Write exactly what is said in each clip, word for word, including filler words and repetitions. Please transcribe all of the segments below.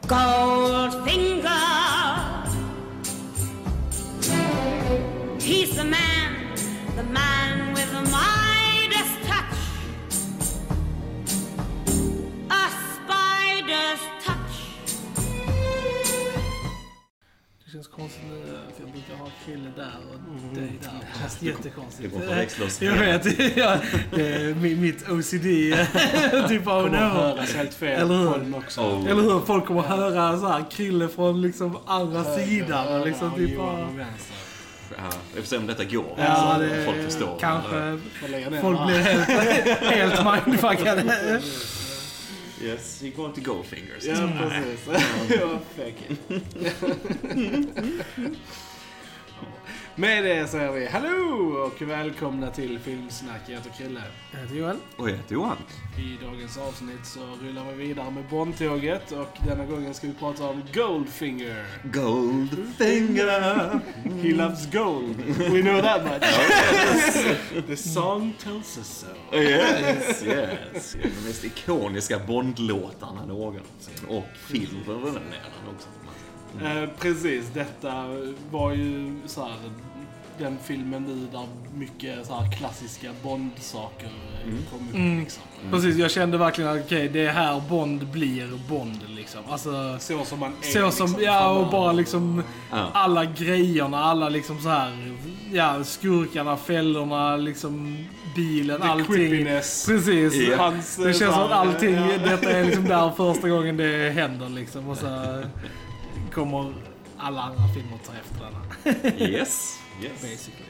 Goldfinger, he's the man, the man with the Midas touch, a spider's touch. Det känns konstigt nu, för jag brukar ha Krille där och mm. dig där. Det känns jättekonstigt. Det går på växlos. Jag vet, ja, mitt O C D typ av nu. Helt fel. Eller hur? Också. Oh. Eller hur? Folk kommer höra så här Krille från liksom andra sidan. Liksom, ja, typ bara... Ja, jag får se om detta går. Ja, alltså, det, folk förstår. Kanske folk blir helt, helt mindfuckade. Yes, you're going to Goldfingers. Ja, precis. Ja, fake. Med det säger vi hallå och välkomna till Filmsnack. Jag heter Krille. Jag heter Johan. Och jag heter Johan. I dagens avsnitt så rullar vi vidare med Bondtåget och denna gången ska vi prata om Goldfinger. Goldfinger. He loves gold. We know that much. Yes. The song tells us so. Yes, yes. De mest ikoniska Bondlåtarna någonsin. Och filmer var den också. Mm. Eh, precis, detta var ju så här, den filmen nu där mycket så här klassiska Bond-saker mm. kom upp mm. liksom. Mm. Precis, jag kände verkligen att okej, okay, det är här Bond blir Bond liksom. Alltså, så som man är. Så som, liksom, ja, och bara liksom ja. alla grejerna, alla liksom så här, ja, skurkarna, fällorna, liksom bilen, The allting. Creepiness. Precis. Yeah. Hans, det känns som att allting, ja. detta är liksom där första gången det händer liksom. Och så kommer alla andra filmer ta efter denna. Yes, yes. Basically.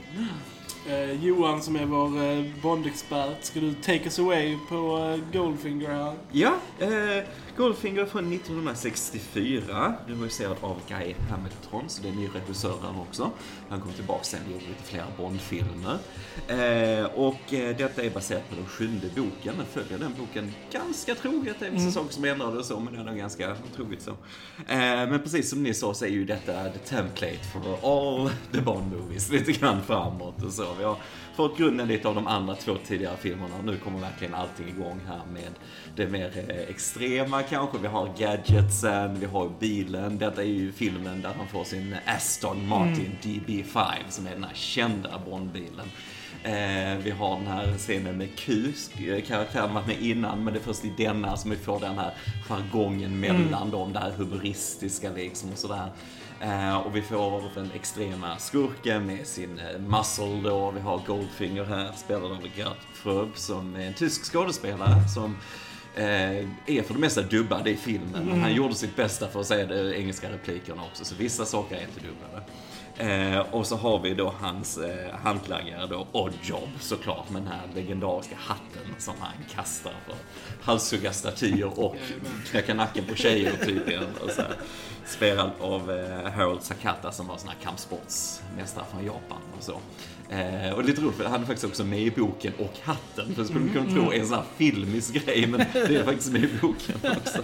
Eh, Johan som är vår eh, Bond-expert, ska du take us away på eh, Goldfinger här? Ja, eh, Goldfinger från nittonhundrasextiofyra, regisserad av Guy Hamilton, så det är ny regissör han också. Han kom tillbaka sen och gjorde lite fler Bond-filmer. Eh, och eh, detta är baserat på den sjunde boken. Den följer den boken ganska troget. Det är vissa mm. saker som ändrade och så, men den är ganska troget så. Eh, men precis som ni sa så är ju detta the template for all the Bond movies. Lite grann framåt och så. Vi har fått grunden lite av de andra två tidigare filmerna. Nu kommer verkligen allting igång här med det mer eh, extrema kanske. Vi har gadgetsen, vi har bilen. Detta är ju filmen där han får sin Aston Martin mm. D B fem som är den här kända Bondbilen. Eh, vi har den här scenen med Q, karaktären var med innan, men det är först i denna som vi får den här jargongen mellan mm. dem, det här humoristiska liksom och sådär. Eh, och vi får den extrema skurken med sin eh, muscle då. Vi har Goldfinger här, spelad av Gert Fröb, som är en tysk skådespelare som eh, är för det mesta dubbad i filmen. Mm. Han gjorde sitt bästa för att säga de engelska replikerna också, så vissa saker är inte dubbade. Eh, och så har vi då hans eh, hantlangare då, Oddjob såklart, med den här legendariska hatten som han kastar för halshugga statyer och knäcka nacken på tjejer typ igen. Och så här, spelad av eh, Harold Sakata som var sån här kampsportsmästare från Japan och så. Eh, och lite roligt, han är faktiskt också med i boken och hatten, för det skulle kunna tro en sån här filmisk grej, men det är faktiskt med i boken också.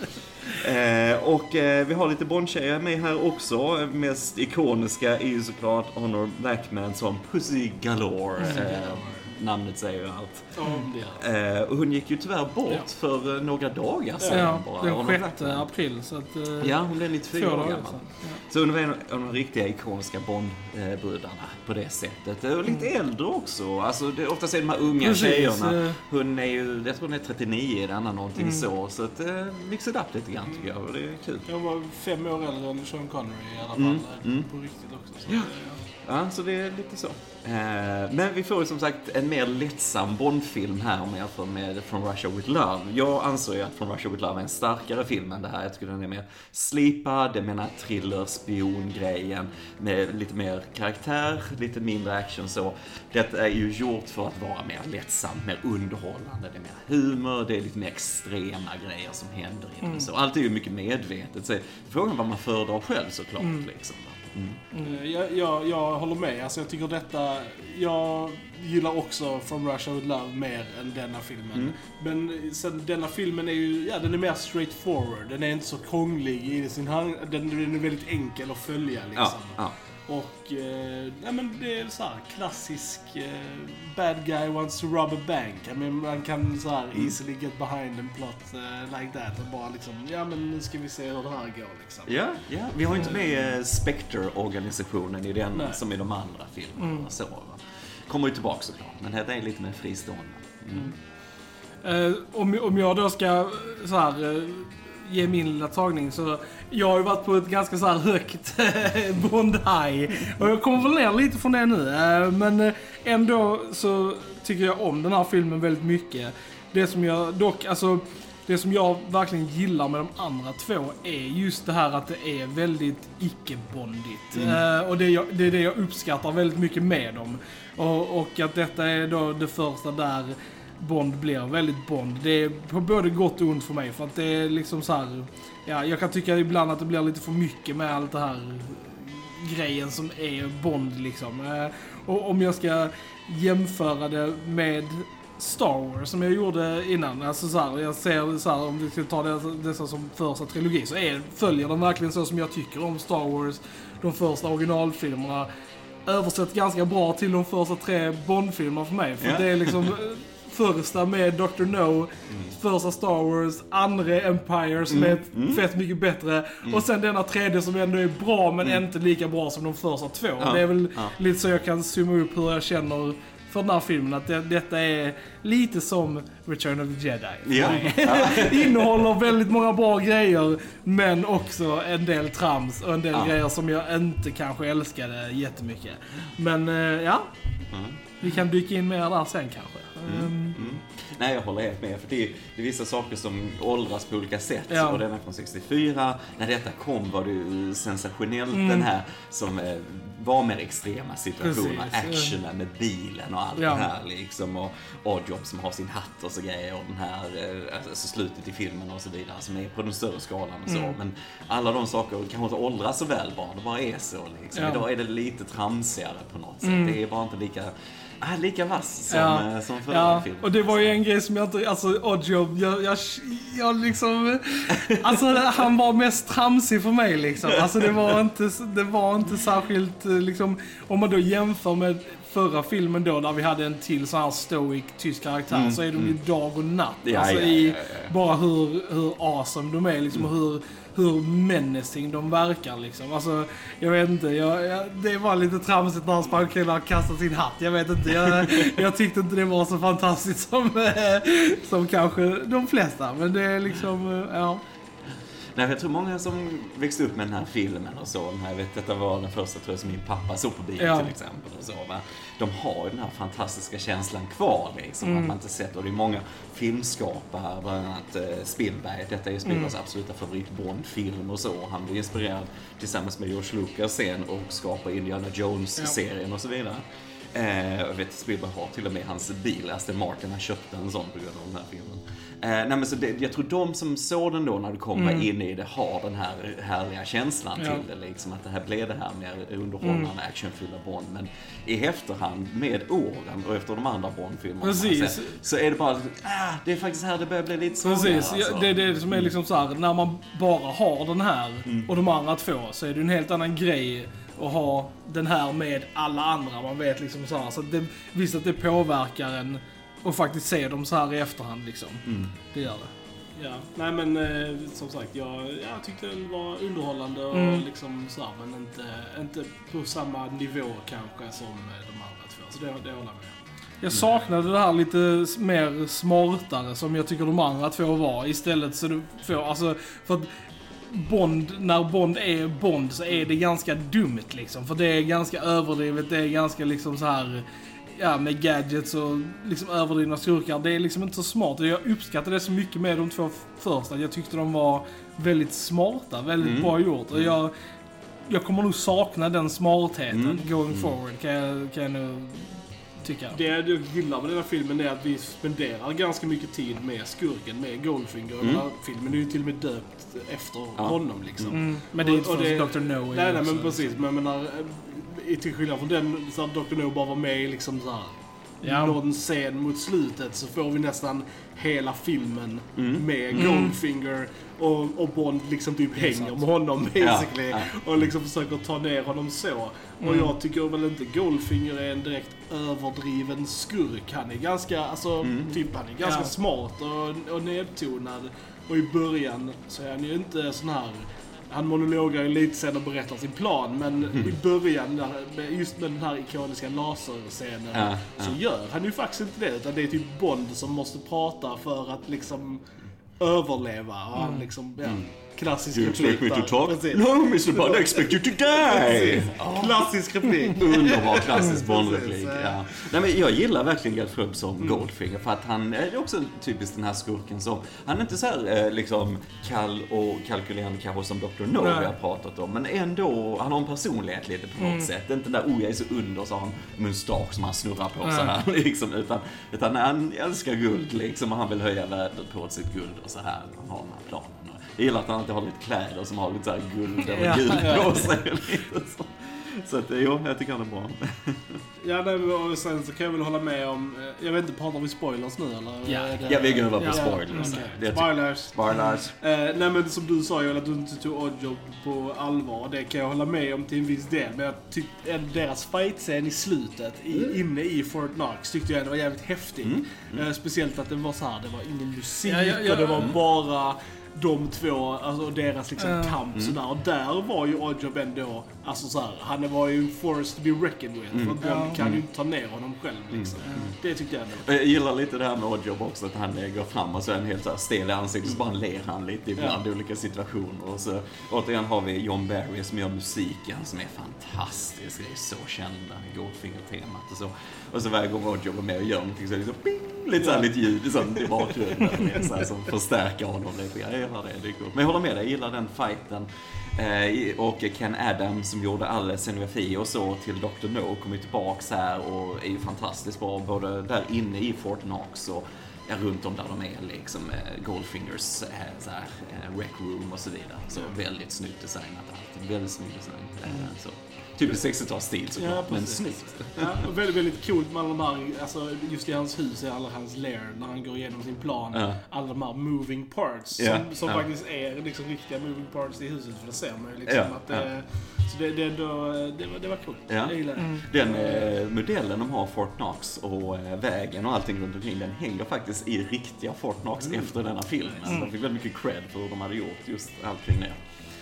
Eh, och eh, vi har lite Bond-tjejer med här också. Mest ikoniska är ju såklart Honor Blackman som Pussy Galore. Eh, namnet säger ju allt. Oh, eh, och hon gick ju tyvärr bort ja. för några dagar sedan. Ja, bara. den sjätte april. Så att, eh, ja, hon är nittiofyra år gammal. Ja. Så hon är en av de riktiga ikoniska Bond-brudarna på det sättet. Och lite mm. äldre också. Alltså, det, oftast är de här unga Precis. tjejerna. Hon är ju, jag tror hon är trettionio eller någonting mm. så. Så att det eh, mixar upp lite grann tycker jag. Och det är kul. Jag var fem år äldre än Sean Connery i alla fall. Mm. Mm. På riktigt också. Så ja. Det, ja, så det är lite så. Men vi får ju som sagt en mer lättsam Bond-film här om jag jämför med From Russia With Love. Jag anser ju att From Russia With Love är en starkare film än det här. Jag tycker den är mer slipad, det menar thriller, spion-grejen med lite mer karaktär, lite mindre action så. Detta är ju gjort för att vara mer lättsamt, mer underhållande, det är mer humor, det är lite mer extrema grejer som händer i mm. så. Allt är ju mycket medvetet. Så frågan vad man föredrar själv såklart mm. liksom. Mm. Mm. Jag, jag, jag håller med. Alltså jag tycker detta... Jag gillar också From Russia With Love mer än denna filmen. Mm. Men sen, denna filmen är ju... Ja, den är mer straightforward. Den är inte så krånglig i sin hand. Den, den är väldigt enkel att följa liksom. Ja, ja. Och eh, nej, men det är så här klassisk eh, bad guy wants to rob a bank. I mean, man kan så här Mm. easily get behind a plot uh, like that och bara liksom, ja men nu ska vi se hur det här går liksom. Ja, ja. Vi har ju inte med eh, Spectre-organisationen i den Nej. som i de andra filmerna. Mm. Så, va? Kommer ju tillbaka såklart, men det är lite mer fristående. Mm. Eh, om, om jag då ska eh, så här, eh, ge min lilla tagning så jag har ju varit på ett ganska så här högt Bond-high och jag kommer väl ner lite från det nu, eh, men eh, ändå så tycker jag om den här filmen väldigt mycket. Det som jag dock, alltså det som jag verkligen gillar med de andra två är just det här att det är väldigt icke-bondigt. Mm. Eh, och det, jag, det är det jag uppskattar väldigt mycket med dem. Och, och att detta är då det första där Bond blir väldigt Bond. Det är på både gott och ont för mig. För att det är liksom så här, ja, jag kan tycka ibland att det blir lite för mycket med allt det här grejen som är Bond liksom. Eh, och om jag ska jämföra det med Star Wars som jag gjorde innan, alltså så här, jag ser så här, om vi ska ta dessa, dessa som första trilogi så är, följer de verkligen så som jag tycker om Star Wars, de första originalfilmerna, översatt ganska bra till de första tre Bond-filmerna för mig, för Ja. det är liksom första med doktor No, mm. första Star Wars, andra Empire som Mm. är Mm. fett mycket bättre, Mm. och sen denna tredje som ändå är bra men Mm. inte lika bra som de första två. Ja. Det är väl Ja. lite så jag kan summa upp hur jag känner för den här filmen, att det, detta är lite som Return of the Jedi. Ja. Det innehåller väldigt många bra grejer, men också en del trams och en del Ja. grejer som jag inte kanske älskade jättemycket. Men eh, ja, Mm. vi kan dyka in mer där sen kanske. Mm. Um, Mm. Nej, jag håller helt med. För det är, det är vissa saker som åldras på olika sätt. Ja. Och den är från sextiofyra. När detta kom var det ju sensationellt, Mm. den här som eh, var mer extrema situationer. Precis. Actionen med bilen och allt Ja. det här liksom. Och Oddjob som har sin hatt och så grejer. Och den här, eh, alltså slutet i filmen och så vidare. Som är på den större skalan och så. Mm. Men alla de saker kanske inte åldras så väl bara. Det bara är så liksom. Ja. Idag är det lite tramsigare på något sätt. Mm. Det är bara inte lika, ah, lika vass som, Ja. eh, som förra Ja, filmen. och det var ju en grej som jag inte, alltså Oddjob, jag, jag, jag liksom, alltså han var mest tramsig för mig liksom. Alltså det var inte, det var inte särskilt liksom, om man då jämför med förra filmen då, där vi hade en till sån här stoic tysk karaktär, Mm, så är de ju mm. dag och natt. Ja, alltså ja, i ja, ja. bara hur, hur awesome de är liksom, och hur, hur menacing de verkar liksom. Alltså, jag vet inte, jag, jag, det var lite tramsigt när han sprang omkring och kastade sin hatt. Jag vet inte, jag, jag tyckte inte det var så fantastiskt som, eh, som kanske de flesta. Men det är liksom, eh, ja. Nej, jag tror många som växte upp med den här filmen och så, den här, jag vet, detta var den första tror jag som min pappa såg på bio Ja. till exempel och så, va? De har ju den här fantastiska känslan kvar liksom, Mm. att man inte sett, och det är många filmskapare, bland annat eh, Spielberg, detta är Spielbergs Mm. absoluta favorit Bond-film och så, han blev inspirerad tillsammans med George Lucas sen och skapade Indiana Jones-serien och så vidare. Eh, jag vet, Spielberg har till och med hans bil, Aston Martin, han köpte en sån på grund av den här filmen. Eh, nej, men så det, jag tror de som såg den då när det kom Mm. in i det har den här härliga känslan Ja. till det, liksom, att det här blev det här mer underhållande, Mm. actionfyllda Bond. Men i efterhand, med åren och efter de andra Bond-filmerna, Precis. så, så är det bara, ah, det är faktiskt här det börjar bli lite svårare. Precis, alltså. ja, det är det som är liksom så här, när man bara har den här Mm. och de andra två, så är det en helt annan grej att ha den här med alla andra. Man vet liksom så här, så det, visst att det påverkar en och faktiskt se dem så här i efterhand liksom. Mm. Det gör det. Ja, nej men eh, som sagt, jag, jag tyckte den var underhållande och Mm. liksom så här, men inte, inte på samma nivå kanske som eh, de andra två. Så det, det håller jag med. Jag saknade det här lite s- mer smartare som jag tycker de andra två var. Istället så du får, alltså, för att Bond, när Bond är Bond så är det ganska dumt liksom. För det är ganska överdrivet, det är ganska liksom så här, ja, med gadgets och liksom överdrivna skurkar. Det är liksom inte så smart. Och jag uppskattade det så mycket med de två f- första. Jag tyckte de var väldigt smarta, väldigt Mm. bra gjort. Och jag, jag kommer nog sakna den smartheten Mm. going Mm. forward, kan jag, kan jag nog tycka. Det jag gillar med den här filmen är att vi spenderar ganska mycket tid med skurken, med Goldfinger. Mm. Den här filmen är ju till och med döpt efter Ja. honom liksom. Mm. Men det är inte Och- och för det- doktor No. är Nej, nej, också- men precis. Men jag menar, eh, till skillnad från den, så att doktor No bara var med i liksom så här Ja. någon scen mot slutet så får vi nästan hela filmen Mm. med Mm. Goldfinger och, och Bond liksom typ hänger med honom basically Ja, ja. och liksom försöker ta ner honom så. Mm. Och jag tycker väl inte Goldfinger är en direkt överdriven skurk. Han är ganska, alltså, Mm. typ han är ganska Ja. smart och, och nedtonad. Och i början så är han ju inte sån här. Han monologar ju lite sen och berättar sin plan, men Mm. i början, där- just med den här ikoniska laserscenen, Ja, så ja. gör han ju faktiskt inte det, utan det är typ Bond som måste prata för att liksom överleva. Och han liksom, ja, klassisk You expect me to där. talk? Precis. No, mister Bond, I expect you to die! Precis. Klassisk replik. Underbar klassisk Bond-replik. Precis, Ja. Nej, men jag gillar verkligen Gert Fröb som Goldfinger för att han är också typiskt den här skurken som, han är inte så här eh, liksom kall och kalkylerande kanske som doktor No Nej. vi har pratat om, men ändå, han har en personlighet lite på något sätt. Det är inte den där, oh jag är så under, så har han mustasch som han snurrar på så här liksom, utan, utan han älskar guld liksom och han vill höja värdet på sitt guld och så här, han har den här planen. Jag gillar att han alltid har lite kläder som har lite så här guld eller Ja. guld på sig. Lite så. Så att, jo, jag tycker han är bra. Ja, nej, och sen så kan jag väl hålla med om, eh, jag vet inte, pratar vi spoilers nu eller? Ja. Är det- Ja, vi går över på Ja. spoilers. Okej. Det är typ- Spoilers. Spoilers. Eh, nej men som du sa ju att du inte tog Oddjob på allvar. Det kan jag hålla med om till en viss del. Men jag tyckte deras fight-scen i slutet, i, inne i Fort Knox, tyckte jag ändå var jävligt häftig. Eh, speciellt att det var så här, det var ingen musik Ja, ja, ja. och det var bara de två, alltså deras liksom Ja. kamp sådär. Och där var ju Oddjob ändå, alltså så här, han var ju en force to be reckoned with. För Bond Ja. kan ju inte ta ner honom själv liksom. Det tyckte jag ändå. Och jag gillar lite det här med Oddjob också, att han eh, går fram och så är han helt så här stel i ansiktet, så bara ler han lite ibland i olika situationer. Och så återigen har vi John Barry som gör musiken som är fantastisk. Det är så kända, Goldfinger-temat och så. Och så varje gång Oddjob är med och gör någonting så är det så ping, lite så här lite ljud sånt i bakgrunden så här, som förstärker honom lite. Jag gillar det, det är coolt. Men jag håller med dig, jag gillar den fighten. Eh, och Ken Adams som gjorde all scenografi och så till doktor No kommer ju tillbaks här och är ju fantastiskt bra både där inne i Fort Knox och ja, runt om där de är liksom eh, Goldfingers eh, så här, eh, rec room och så vidare. Så väldigt snyggt designat allt. Väldigt snyggt design. Eh, så. Typiskt sextiotalsstil såklart, Ja, men precis. snyggt. Ja, och väldigt, väldigt coolt med alla de här, alltså just i hans hus, i alla hans lair, när han går igenom sin plan. Ja. Alla de här moving parts, Ja, som, som ja. faktiskt är liksom riktiga moving parts i huset, för det ser man ju liksom. Ja, Att, ja. eh, Så det, det, då, det, var, det var coolt. Ja. Jag gillar det. Den eh, modellen de har, Fort Knox och eh, vägen och allting runt omkring, den hänger faktiskt i riktiga Fort Knox efter denna filmen. Så de fick väldigt mycket cred för hur de hade gjort just allt kring det.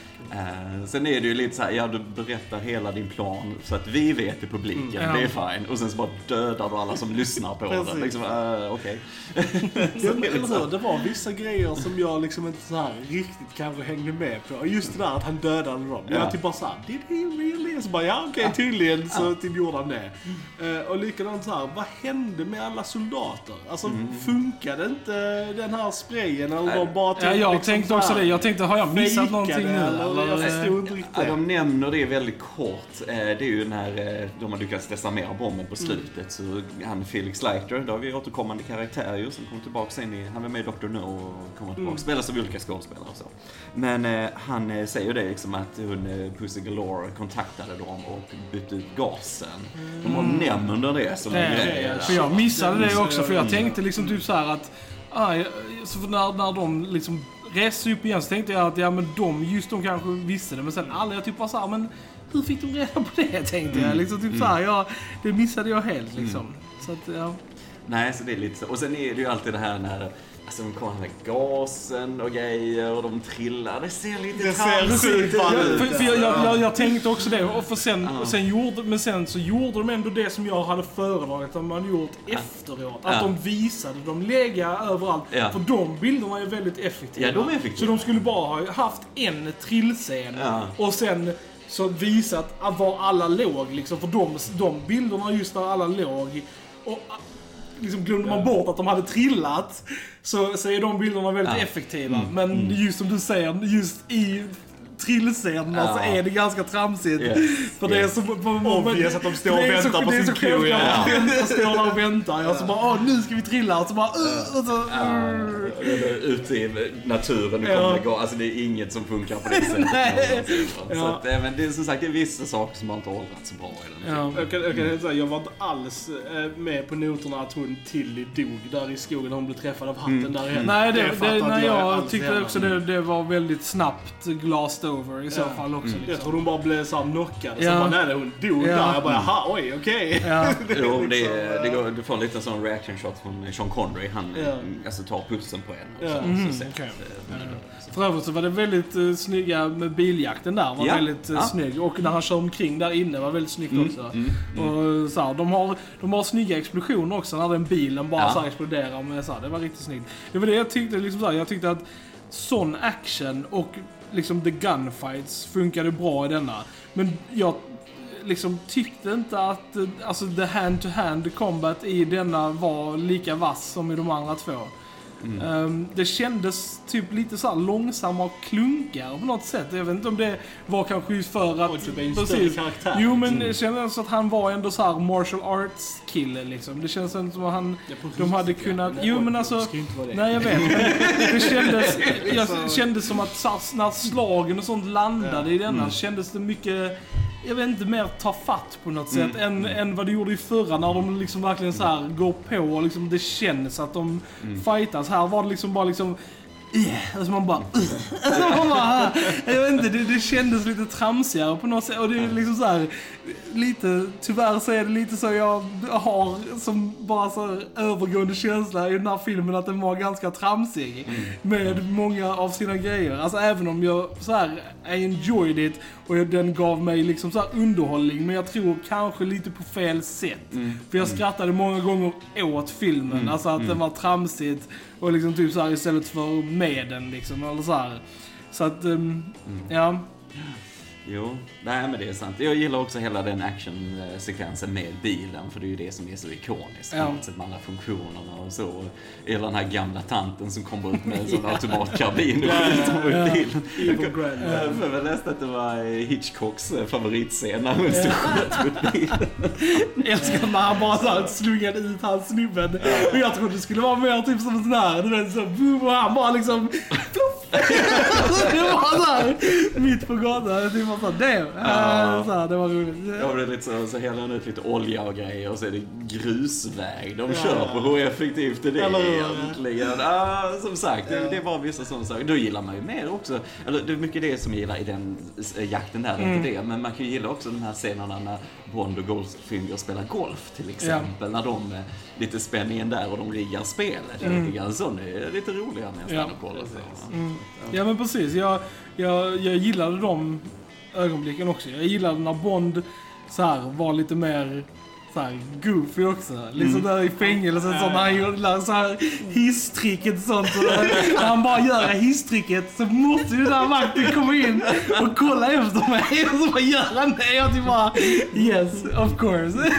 Eh, sen är det ju lite så här, ja du berättar hela din plan så att vi vet i publiken, Mm. det är fine. Och sen så bara dödar du alla som lyssnar på Precis. den. Liksom, uh, okej. Ja, Så men, det är eller lite så hur? här- Det var vissa grejer som jag liksom inte så här riktigt kanske hängde med på. Och just det där att han dödade dem. Jag Ja. var typ bara såhär, did he really? Så bara, ja okej, tydligen så typ gjorde han det. Eh, och likadant så här, vad hände med alla soldater? Alltså funkade inte den här sprayen? Eller de bara Ja, jag liksom tänkte så också här det. Jag tänkte, har jag missat fejkade, någonting nu? Eller, jag Eller? förstod inte riktigt. Ja, de nämner det väldigt kort. Eh, Det är ju när eh, de har lyckats desarmera bomben på slutet. Så han Felix Leiter, då har vi återkommande karaktär ju, som kommer tillbaka sen i, han var med i doktor No och kommer tillbaka, spelas av olika skådespelare och så. Men eh, han eh, säger det liksom att hon, eh, Pussy Galore, kontaktade dem och bytte ut gasen. De har nämner det som en Nej, grej. för jag missade det missade också, jag för jag också. tänkte liksom typ så här att ah, jag- så för när, när de liksom reser upp igen så tänkte jag att ja men de, just de kanske visste det, men sen alla jag typ bara så här, men hur fick de reda på det, tänkte jag liksom typ så här, ja, det missade jag helt liksom. Så att ja. Nej, så det är lite så. Och sen är det ju alltid det här när alltså, de kommer med gasen och grejer och de trillar. Det ser lite Det ser tramsigt sjukt ut. fan Ja, ut. för, för jag, jag, jag, jag tänkte också det, och för sen, Ja. och sen gjorde, men sen så gjorde de ändå det som jag hade föredragit att de hade gjort efteråt. Att Ja. de visade dem lägga överallt. Ja. För de bilderna är väldigt effektiva. Ja, de är effektiva. Så de skulle bara ha haft en trillscen Ja. och sen så visat att var alla låg liksom. För de, de bilderna just där alla låg och liksom glömde man bort att de hade trillat, så, så är de bilderna väldigt Ja. effektiva. Mm. Men just som du säger, just i trillscenerna Ja. så är det ganska tramsigt. Yes. För det är Yes. så... Obvious att de står och det är så- väntar på det är sin så cue, självklart ja. att vänta, står där och väntar. Och så bara, åh nu ska vi trilla. Och så bara, uh, och så... Eller ute i naturen, nu Ja. kommer det gå. Alltså det är inget som funkar på det sättet. Nej. Så Ja. att, eh, men det är som sagt, det är vissa saker som har inte åldrats så bra i den. Ja. Jag, kan, jag, kan säga, jag var inte alls eh, med på noterna att hon Tilly dog där i skogen när hon blev träffad av hatten Mm. där igen. Nej, det, fattar det, inte nej, jag alls tyckte heller. också det, det var väldigt snabbt glazed over i så Ja. fall också. Mm. Jag Liksom. tror hon bara blev såhär knockad. Och Ja. så bara, nej, nej, hon dog Ja. där. Jag bara, jaha, oj, okej. Ja. Jo, det, liksom, är- det går, du får en liten sån reaction shot från Sean Connery. Han Ja. alltså, tar pulsen på en. Ja. Så, Mhm, så sett, okej. eh, så. För övrigt så var det väldigt uh, snygga med biljakten där. Var Ja. väldigt uh, Ja. snygg. Och när han kör omkring där inne var väldigt snyggt Mm, också. mm, mm. Och så här, de, har, de har snygga explosioner också när den bilen bara Ja. så här exploderar. Med, så här, det var riktigt snyggt. Det var det jag tyckte. Liksom, så här, jag tyckte att sån action och liksom the gunfights funkade bra i denna. Men jag liksom tyckte inte att eh, alltså, the hand-to-hand combat i denna var lika vass som i de andra två. Mm. Ehm, det kändes typ lite så här långsamma och klunkigare på något sätt. Jag vet inte om det var kanske just för att... Och typ en större karaktär. Jo, men det kändes att han var ändå så här martial arts kille liksom. Det känns inte som att han... Ja, på De hade riktigt, kunnat... ja. Jo, men Det alltså... ska ju inte vara det. Nej, jag vet. Men det kändes... Jag kände som att så här, när slagen och sånt landade i denna Mm. kändes det mycket... Jag vet inte, mer ta fatt på något sätt Mm. än, än vad det gjorde i förra när de liksom verkligen så här går på och liksom det känns att de Mm. fightas. Här var det liksom bara liksom... Uh, alltså man bara... Uh, alltså man bara jag vet inte, det, det kändes lite tramsigare på något sätt. Och det är liksom så här... Lite, tyvärr så är det lite så jag har som bara så här övergående känsla i den här filmen att den var ganska tramsig med många av sina grejer. Alltså även om jag så här I enjoyed it och den gav mig liksom så här underhållning, men jag tror kanske lite på fel sätt. Mm. För jag skrattade många gånger åt filmen, Mm. alltså att Mm. den var tramsigt och liksom typ så här istället för med den liksom eller så här. Så att um, ja. Jo, nej men det är sant. Jag gillar också hela den actionsekvensen med bilen, för det är ju det som är så ikoniskt. Ja. Med alla funktionerna och så. Eller den här gamla tanten som kommer ut med en sån automatkarbin och skjuter mot bilen. Evil Grandma. Jag för jag läste att det var Hitchcocks favoritscen när hon stod och sköt mot bilen. Jag älskar när han bara så här slungade ut hans snubben. Och jag trodde det skulle vara mer typ som en sån här, du vet så boom, och han bara liksom pluff. Det var så här mitt på gatan. Det var så här, det, Ja. så här, det var roligt. Ja, det är lite så, så häller han ut lite olja och grejer och så är det grusväg de Ja. kör på. Hur effektivt är det Eller hur? egentligen? Ah, som sagt, det, Ja. det är bara vissa sådana saker. Då gillar man ju mer också. Eller det är mycket det som jag gillar i den eh, jakten där, Mm. inte det. Men man kan ju gilla också de här scenerna när Bond och Goldfinger spelar golf till exempel. När de, eh, lite spänningen där och de riggar spelet. Mm. Lite grann sån, det är lite roligare nästan Ja. att kolla på. Mm. Ja men precis, jag, jag, jag gillade de ögonblicken också. Jag gillade när Bond så här var lite mer så här goofy också. Liksom Mm. där i fängelset så när han gjorde så här hisstricket och sånt. Och när han bara gör hisstricket så måste ju den där vakten komma in och kolla efter mig. Och så bara gör han det och typ bara yes, of course.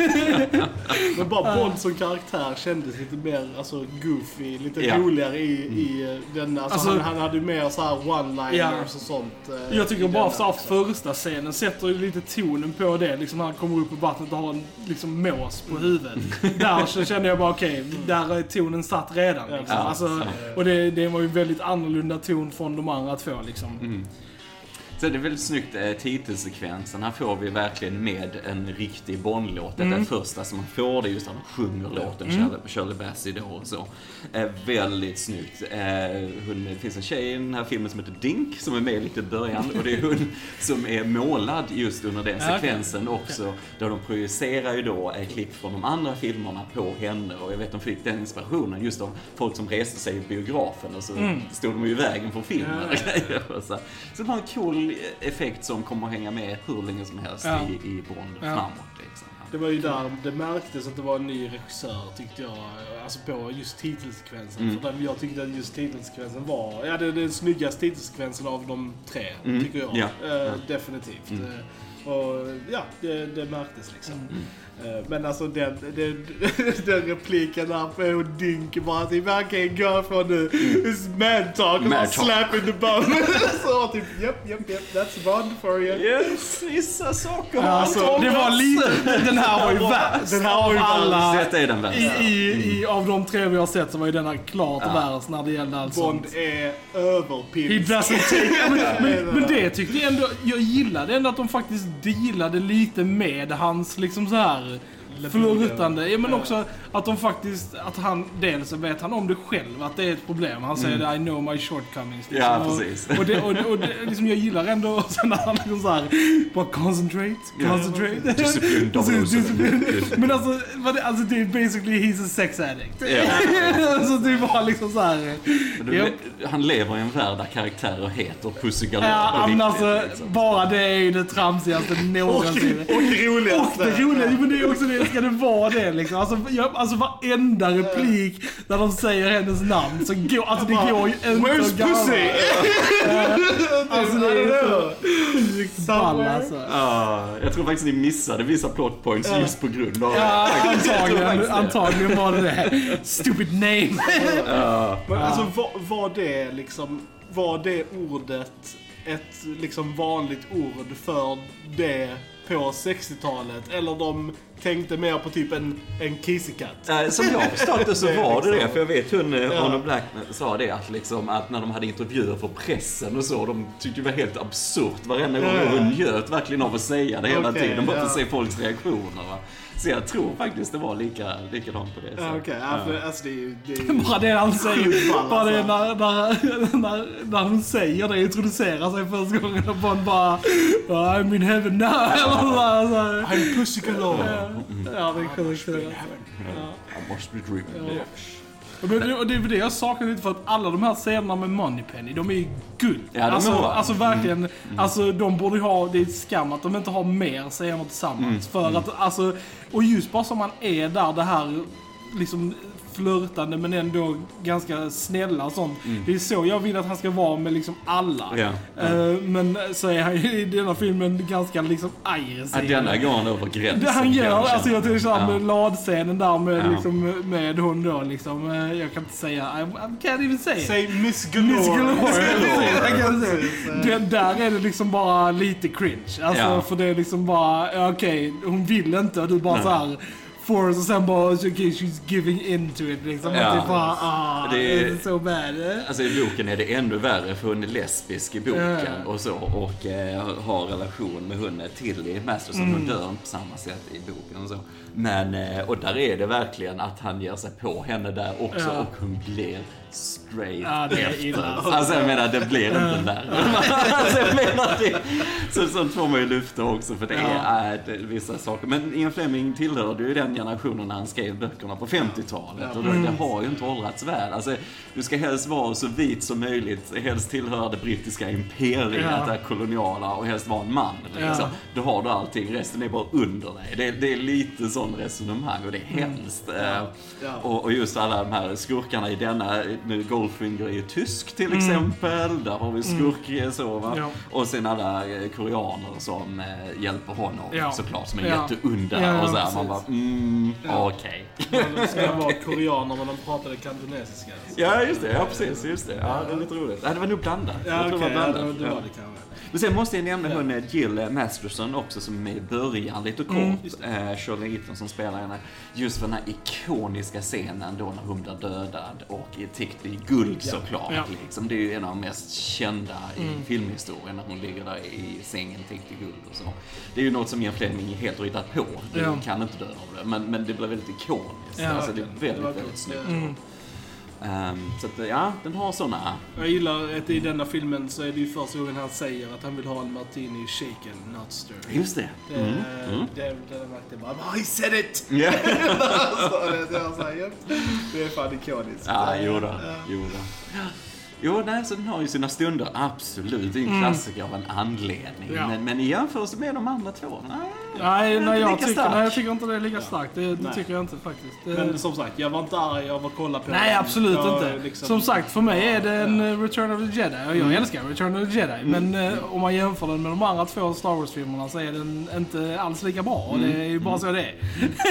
Men bara Bond som karaktär kändes lite mer alltså, goofy, lite Ja. roligare i, i den. Alltså, Alltså- han, han hade ju mer så här one-liners Ja. och sånt. eh, Jag tycker i bara denna så här också. första scenen sätter ju lite tonen på det. Liksom när han kommer upp på vattnet och har en liksom mås på huvudet. Där så kände jag bara okej, där är tonen satt redan. Liksom. Ja, Alltså, ja. och det, det var ju väldigt annorlunda ton från de andra två liksom. Mm. Så det är väldigt snyggt, eh, titelsekvensen. Här får vi verkligen med en riktig Bond-låt. Det är det första som man får, det är just när de sjunger låten, Mm. Shirley, Shirley Bassey då och så. Eh, väldigt snyggt. Eh, hon, det finns en tjej i den här filmen som heter Dink, som är med lite i början. Och det är hon som är målad just under den Ja, okej. sekvensen också. Där de projicerar ju då eh, klipp från de andra filmerna på henne. Och jag vet de fick den inspirationen just av folk som reste sig i biografen. Och så Mm. stod de ju i vägen för filmen Ja. och grejer. Och så. Så det var en cool effekt som kommer att hänga med hur länge som helst Ja. i, i Bond Ja. framåt. Liksom. Det var ju där det märktes att det var en ny regissör tyckte jag. Alltså på just titelsekvensen. Mm. För där jag tyckte att just titelsekvensen var, ja det är den snyggaste titelsekvensen av de tre, Mm. tycker jag. Ja. Eh, Ja. Definitivt. Mm. Eh, och ja, det, det märktes liksom. Men alltså den, den, den repliken där på Dink bara typ I can't go från nu this mad talk and Mad I'll slap in the bum. Så typ japp, japp, japp, that's Bond for you. Yes, vissa saker. Ja, alltså, det var lite, den här var ju värst. Den här var ju alla. Detta är den värsta. I, i, i, av de tre vi har sett så var ju denna klart ja. värst när det gällde allt Bond sånt. är överpimp. He doesn't take... men, men, men det tyckte jag ändå... Jag gillade ändå att de faktiskt dealade lite med hans liksom så här flörtande. Ja, men också att de faktiskt... Att han... Dels så vet han om det själv, att det är ett problem. Han säger mm. I know my shortcomings. Liksom. Ja, precis. Och, och, det, och, och det, liksom, jag gillar ändå sen när han liksom så här... Bara concentrate, concentrate. Yeah. Discipline, Discipline. Men alltså, alltså, det är basically he's a sex addict. Yeah. Så det var liksom så här... Yep. Han lever i en värld där karaktärer heter Pussy Galore. Ja, men alltså, liksom. Bara det är ju det tramsigaste någonsin. Och, och det roligaste. Och det roligaste, men det är också det, ska det vara det liksom. Alltså, jag, alltså varenda replik där de säger hennes namn så går, alltså det går ju inte Where's att garva. Pussy? Alltså det är så sjukt ball alltså. Uh, jag tror faktiskt ni missade vissa plot points uh. just på grund av ja, det. Antagligen, antagligen var det det. Stupid name. uh. Men alltså var, var det liksom, var det ordet ett liksom vanligt ord för det på sextiotalet, eller de tänkte mer på typ en, en kissekatt? Äh, som jag förstått det så var det det, för jag vet hon, ja. Honor Blackman sa det att, liksom, att när de hade intervjuer för pressen och så, de tyckte det var helt absurt varenda gång ja. Hon njöt verkligen av att säga det hela okay, tiden, bara ja. För att se folks reaktioner, va? Så jag tror faktiskt det var lika, likadant på det. Ja, okej. Okay. Ja, för, alltså, det är ju... Det är ju bara det han säger. Bara det när, när, när, när hon säger det, introducerar sig första gången och Bond bara I'm in heaven now. Ja. I'm Pussy Galore. Ja, ja, det är sjukt. Ja. I must be dreaming. Ja. Men, och det är det jag saknar lite, för att alla de här scenerna med Moneypenny, de är ju guld. Ja, alltså, är alltså verkligen, mm. alltså de borde ha, det är ett skam att de inte har mer scener tillsammans. Mm. För mm. att, alltså, och just bara som man är där, det här liksom flörtande men ändå ganska snälla och sånt. Mm. Det är så jag vill att han ska vara med liksom alla. Ja, ja. Uh, men så är han i denna filmen ganska liksom aggressiv. Ja, denna går han över gränsen. Det han gör, alltså jag tycker såhär med ja. Ladscenen där med, ja. liksom, med hon då liksom. Uh, jag kan inte säga, I, I can't even say it. Säg Miss Galore. Miss Galore. Den där är det liksom bara lite cringe. Alltså ja. För det är liksom bara, okej, okay, hon vill inte och du bara nej. Så här. Force och sen bara, okay, she's giving into it liksom. Ja. Det är bara, ah, det är so bad. Alltså i boken är det ännu värre, för hon är lesbisk i boken ja. Och så, och eh, har relation med hon Tilly Masterson. Mm. Hon dör på samma sätt i boken och så. Men, eh, och där är det verkligen att han ger sig på henne där också ja. Och hon blir straight ja, det är efter. illa. Alltså jag menar, det blir inte där. Alltså jag menar, det, så, sånt får man ju lyfta också, för det ja. Är det, vissa saker. Men Ian Fleming tillhörde ju den generationen när han skrev böckerna på femtiotalet. Ja. Och det, det har ju inte åldrats väl. Alltså, du ska helst vara så vit som möjligt. Helst tillhöra det brittiska imperiet, ja. Det koloniala, och helst vara en man. Liksom. Ja. Då har du allting, resten är bara under dig. Det, det är lite sån resonemang och det är hemskt. Ja. Ja. Och, och just alla de här skurkarna i denna, nu Goldfinger är ju tysk till exempel, mm. där har vi skurk mm. så va. Ja. Och sen alla eh, koreaner som eh, hjälper honom ja. Såklart, som är ja. Jätteunda ja, och så här, man bara mm, ja. Okej. Okay. Det ska vara koreaner men de pratade kantonesiska. Ja just det, ja precis, just det. Ja, det är lite roligt. Ja, det var nog blandat. Ja, okej, okay, ja, det, det var det kanske. Men sen måste jag nämna hon Jill Masterson också, som är i början lite kort. Mm, eh, Shirley Eaton som spelar henne. Just för den här ikoniska scenen då när hon blir dödad och är täckt i guld såklart. Ja. Liksom. Det är ju en av de mest kända mm. i filmhistorien när hon ligger där i sängen täckt i guld och så. Det är ju något som Ian Fleming helt har hittat på. Du ja. Kan inte dö av det, men, men det blir väldigt ikoniskt. Ja, alltså, det är väldigt, väldigt, väldigt snyggt. Mm. Um, så att, ja, den har såna. Jag gillar att i denna filmen så är det ju första gången han säger att han vill ha en martini shaken, not stirred. Just det. Det, mm. Mm. det, det, det verkligen bara, oh, he said it! Yeah. så det, jag säger, det är fan ikoniskt. Ja, jo då, jo då. Jo, nej, så den har ju sina stunder, absolut. Det är en klassiker mm. av en anledning. Ja. Men, men i jämförelse med de andra två, nej. Nej, nej, jag lika tycker, stark. nej, jag tycker inte det är lika starkt. Det, det Nej. tycker jag inte faktiskt. Det, Men som sagt, jag var inte arg, jag var kolla på nej, den. absolut jag, inte. liksom- Som sagt, för mig är det en eh, Return of the Jedi. Och jag älskar Return of the Jedi. Men eh, om man jämför den med de andra två Star Wars-filmerna så är den inte alls lika bra. Och det är ju bara så det är.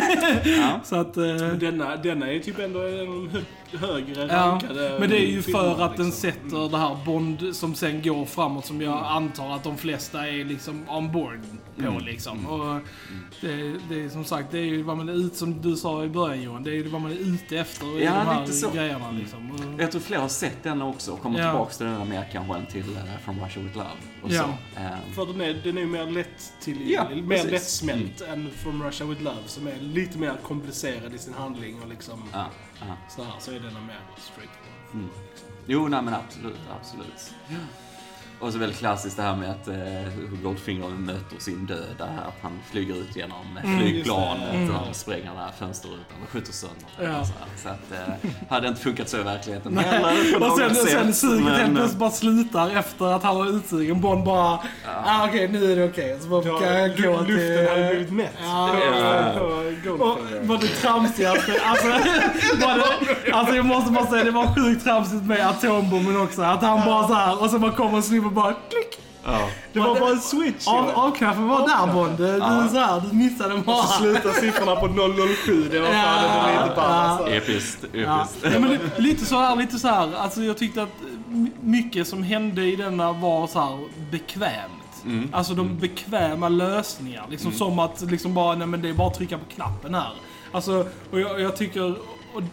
Ja. Så att... eh, Denna, denna är typ ändå en av de hö högre Ja, rankade men det är ju filmerna, för att den liksom. sätter det här Bond som sen går framåt som jag antar att de flesta är liksom on board på liksom. Och det, det är som sagt, det är ju vad man är ute, som du sa i början Johan, det är ju vad man är ute efter i Ja, de här lite så. grejerna liksom. Och, Jag tror flera har sett den också och kommer Ja. tillbaka till den mer kanske än till uh, From Russia With Love. Och Ja. så. Ehm, För den är, den är mer lätt till, Ja, mer precis. lättsmält än From Russia With Love som är lite mer komplicerad i sin handling och liksom ja, ja. så här, så är denna mer straight. Mm. Jo, nej men absolut, absolut. Och så väldigt klassiskt det här med att eh, hur Goldfinger möter sin död. Det här att han flyger ut genom Mm, flygplanet just det. och spränger den här fönsterrutan och skjuter sönder. Ja. Så, så att eh, hade inte funkat så i verkligheten Nej. heller på och sen, något sätt. sen suget men, helt plötsligt bara slutar efter att han har utsugen. Bond bara, ah, okej nu är det okej. Så bara kan jag gå till... Luften hade blivit mätt. Ja. Ja. Och vad det tramsigaste, alltså, var det, alltså jag måste bara säga, det var sjukt tramsigt med atombomben också. Att han bara så här och så bara kommer och snubbar bara klick. Ja. Det var bara en switch. Av, ja. avknappen var där Bond, du, Ja. du, så här, du missade bara. Så slutar siffrorna på noll noll sju. Det var fan Ja, det var lite bara ja. alltså. Episkt, Ja. episkt. Ja, men det, lite så här, lite så här. Alltså jag tyckte att my- mycket som hände i denna var så här bekvämt. Mm. Alltså de bekväma lösningar. Liksom som att liksom bara, nej men det är bara att trycka på knappen här. Alltså, och jag, jag tycker... Och,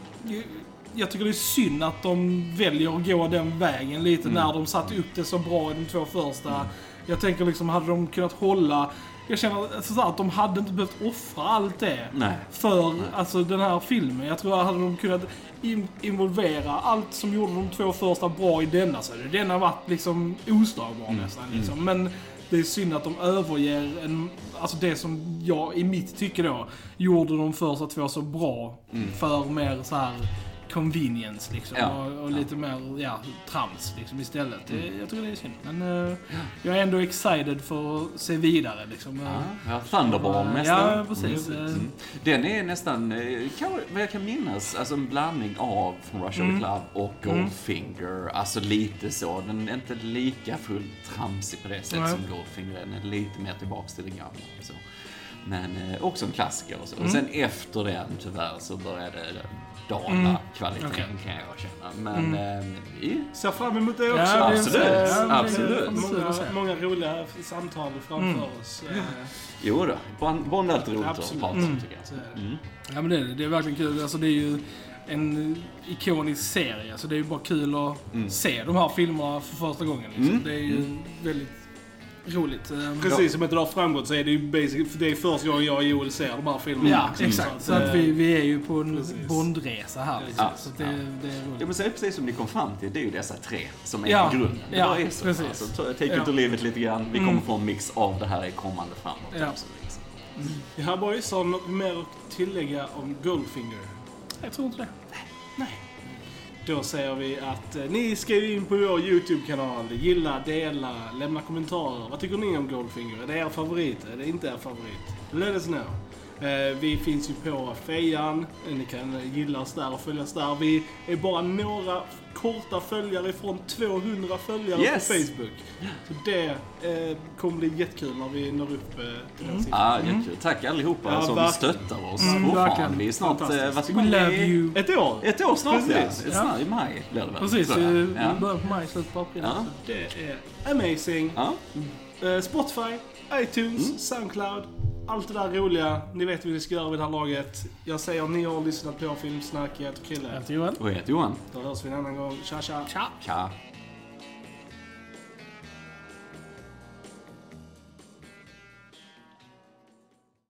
jag tycker det är synd att de väljer att gå den vägen lite när de satte upp det så bra i de två första. Jag tänker liksom, hade de kunnat hålla... Jag känner alltså, så här, att de hade inte behövt offra allt det Nej. för alltså, den här filmen. Jag tror att hade de kunnat in- involvera allt som gjorde de två första bra i denna så hade denna varit liksom oslagbar nästan. Liksom. Men det är synd att de överger en, alltså det som jag i mitt tycke då gjorde de första två så bra för mer så här convenience liksom Ja. och, och lite mer ja, trams liksom istället. Det, jag tycker det är synd. Men uh, jag är ändå excited för att se vidare liksom. Ja, ja, Thunderball Ja, nästan. precis. Mm. Den är nästan, eh, kan, vad jag kan minnas, alltså en blandning av From Russia With Love och Goldfinger. Alltså lite så. Den är inte lika fullt tramsig på det sätt Nej. som Goldfinger. Den är lite mer tillbaks till det gamla. Så. Men eh, också en klassiker och så. Och sen efter den tyvärr så började det dala kvaliteten Okej. kan jag känna. Men eh, vi... Ser fram emot det också. Ja, det är- Absolut, ja, det är- absolut. kommer att se. Många, många roliga samtal framför oss. Eh, Jo då, Bond Bond är alltid roligt att Absolut. prata om tycker så jag. är det. Mm. Ja men det är det. Det är verkligen kul. Alltså det är ju en ikonisk serie. Så det är ju bara kul att se de här filmerna för första gången. Liksom. Mm. Det är ju väldigt roligt. Ehm, Precis som att det har framgått så är det ju basic, för det är första gången jag och Joel ser de här filmerna. Ja, liksom. exakt. Så att, att eh, vi, vi är ju på en Precis. Bondresa här. Liksom. Ja, Så att det, ja. det är Ja, roligt. men så är det precis som ni kom fram till, det är ju dessa tre som är Ja, grunden. Det ja, bara är så. precis. Alltså, ta- take Ja. it or leave it lite grann. Vi Mm. kommer få en mix av det här i kommande framåt. Ja. Också, liksom. Ja boys, har något mer att tillägga om Goldfinger? Jag tror inte det. Då säger vi att eh, ni skriver in på vår YouTube-kanal, gilla, dela, lämna kommentarer. Vad tycker ni om Goldfinger? Är det er favorit? Är det inte er favorit? Let us know. Eh, vi finns ju på Fejan. Ni kan gilla oss där och följa oss där. Vi är bara några korta följare från tvåhundra följare Yes. på Facebook. Så det eh, kommer bli jättekul när vi når upp eh, till den siffran. Ah, jättekul. Tack allihopa Ja, som verkligen. stöttar oss Mm, fortfarande. verkligen. Vi är snart, eh, Fantastiskt. vad ska We man love i- you. Ett år! Ett år snart, ja. Precis. Snart, i maj blir det väl? Precis, tror jag. i Ja. början på maj, slutet på april. Ja. Det är amazing. Ja. Eh, Spotify, iTunes, Soundcloud. Allt det där roliga. Ni vet vad ni ska göra vid det här laget. Jag säger ni har lyssnat på Filmsnack. Jag heter Krille. Jag heter Johan. Och jag heter Johan. Då hörs vi en annan gång. Tja tja! Tja! Tja.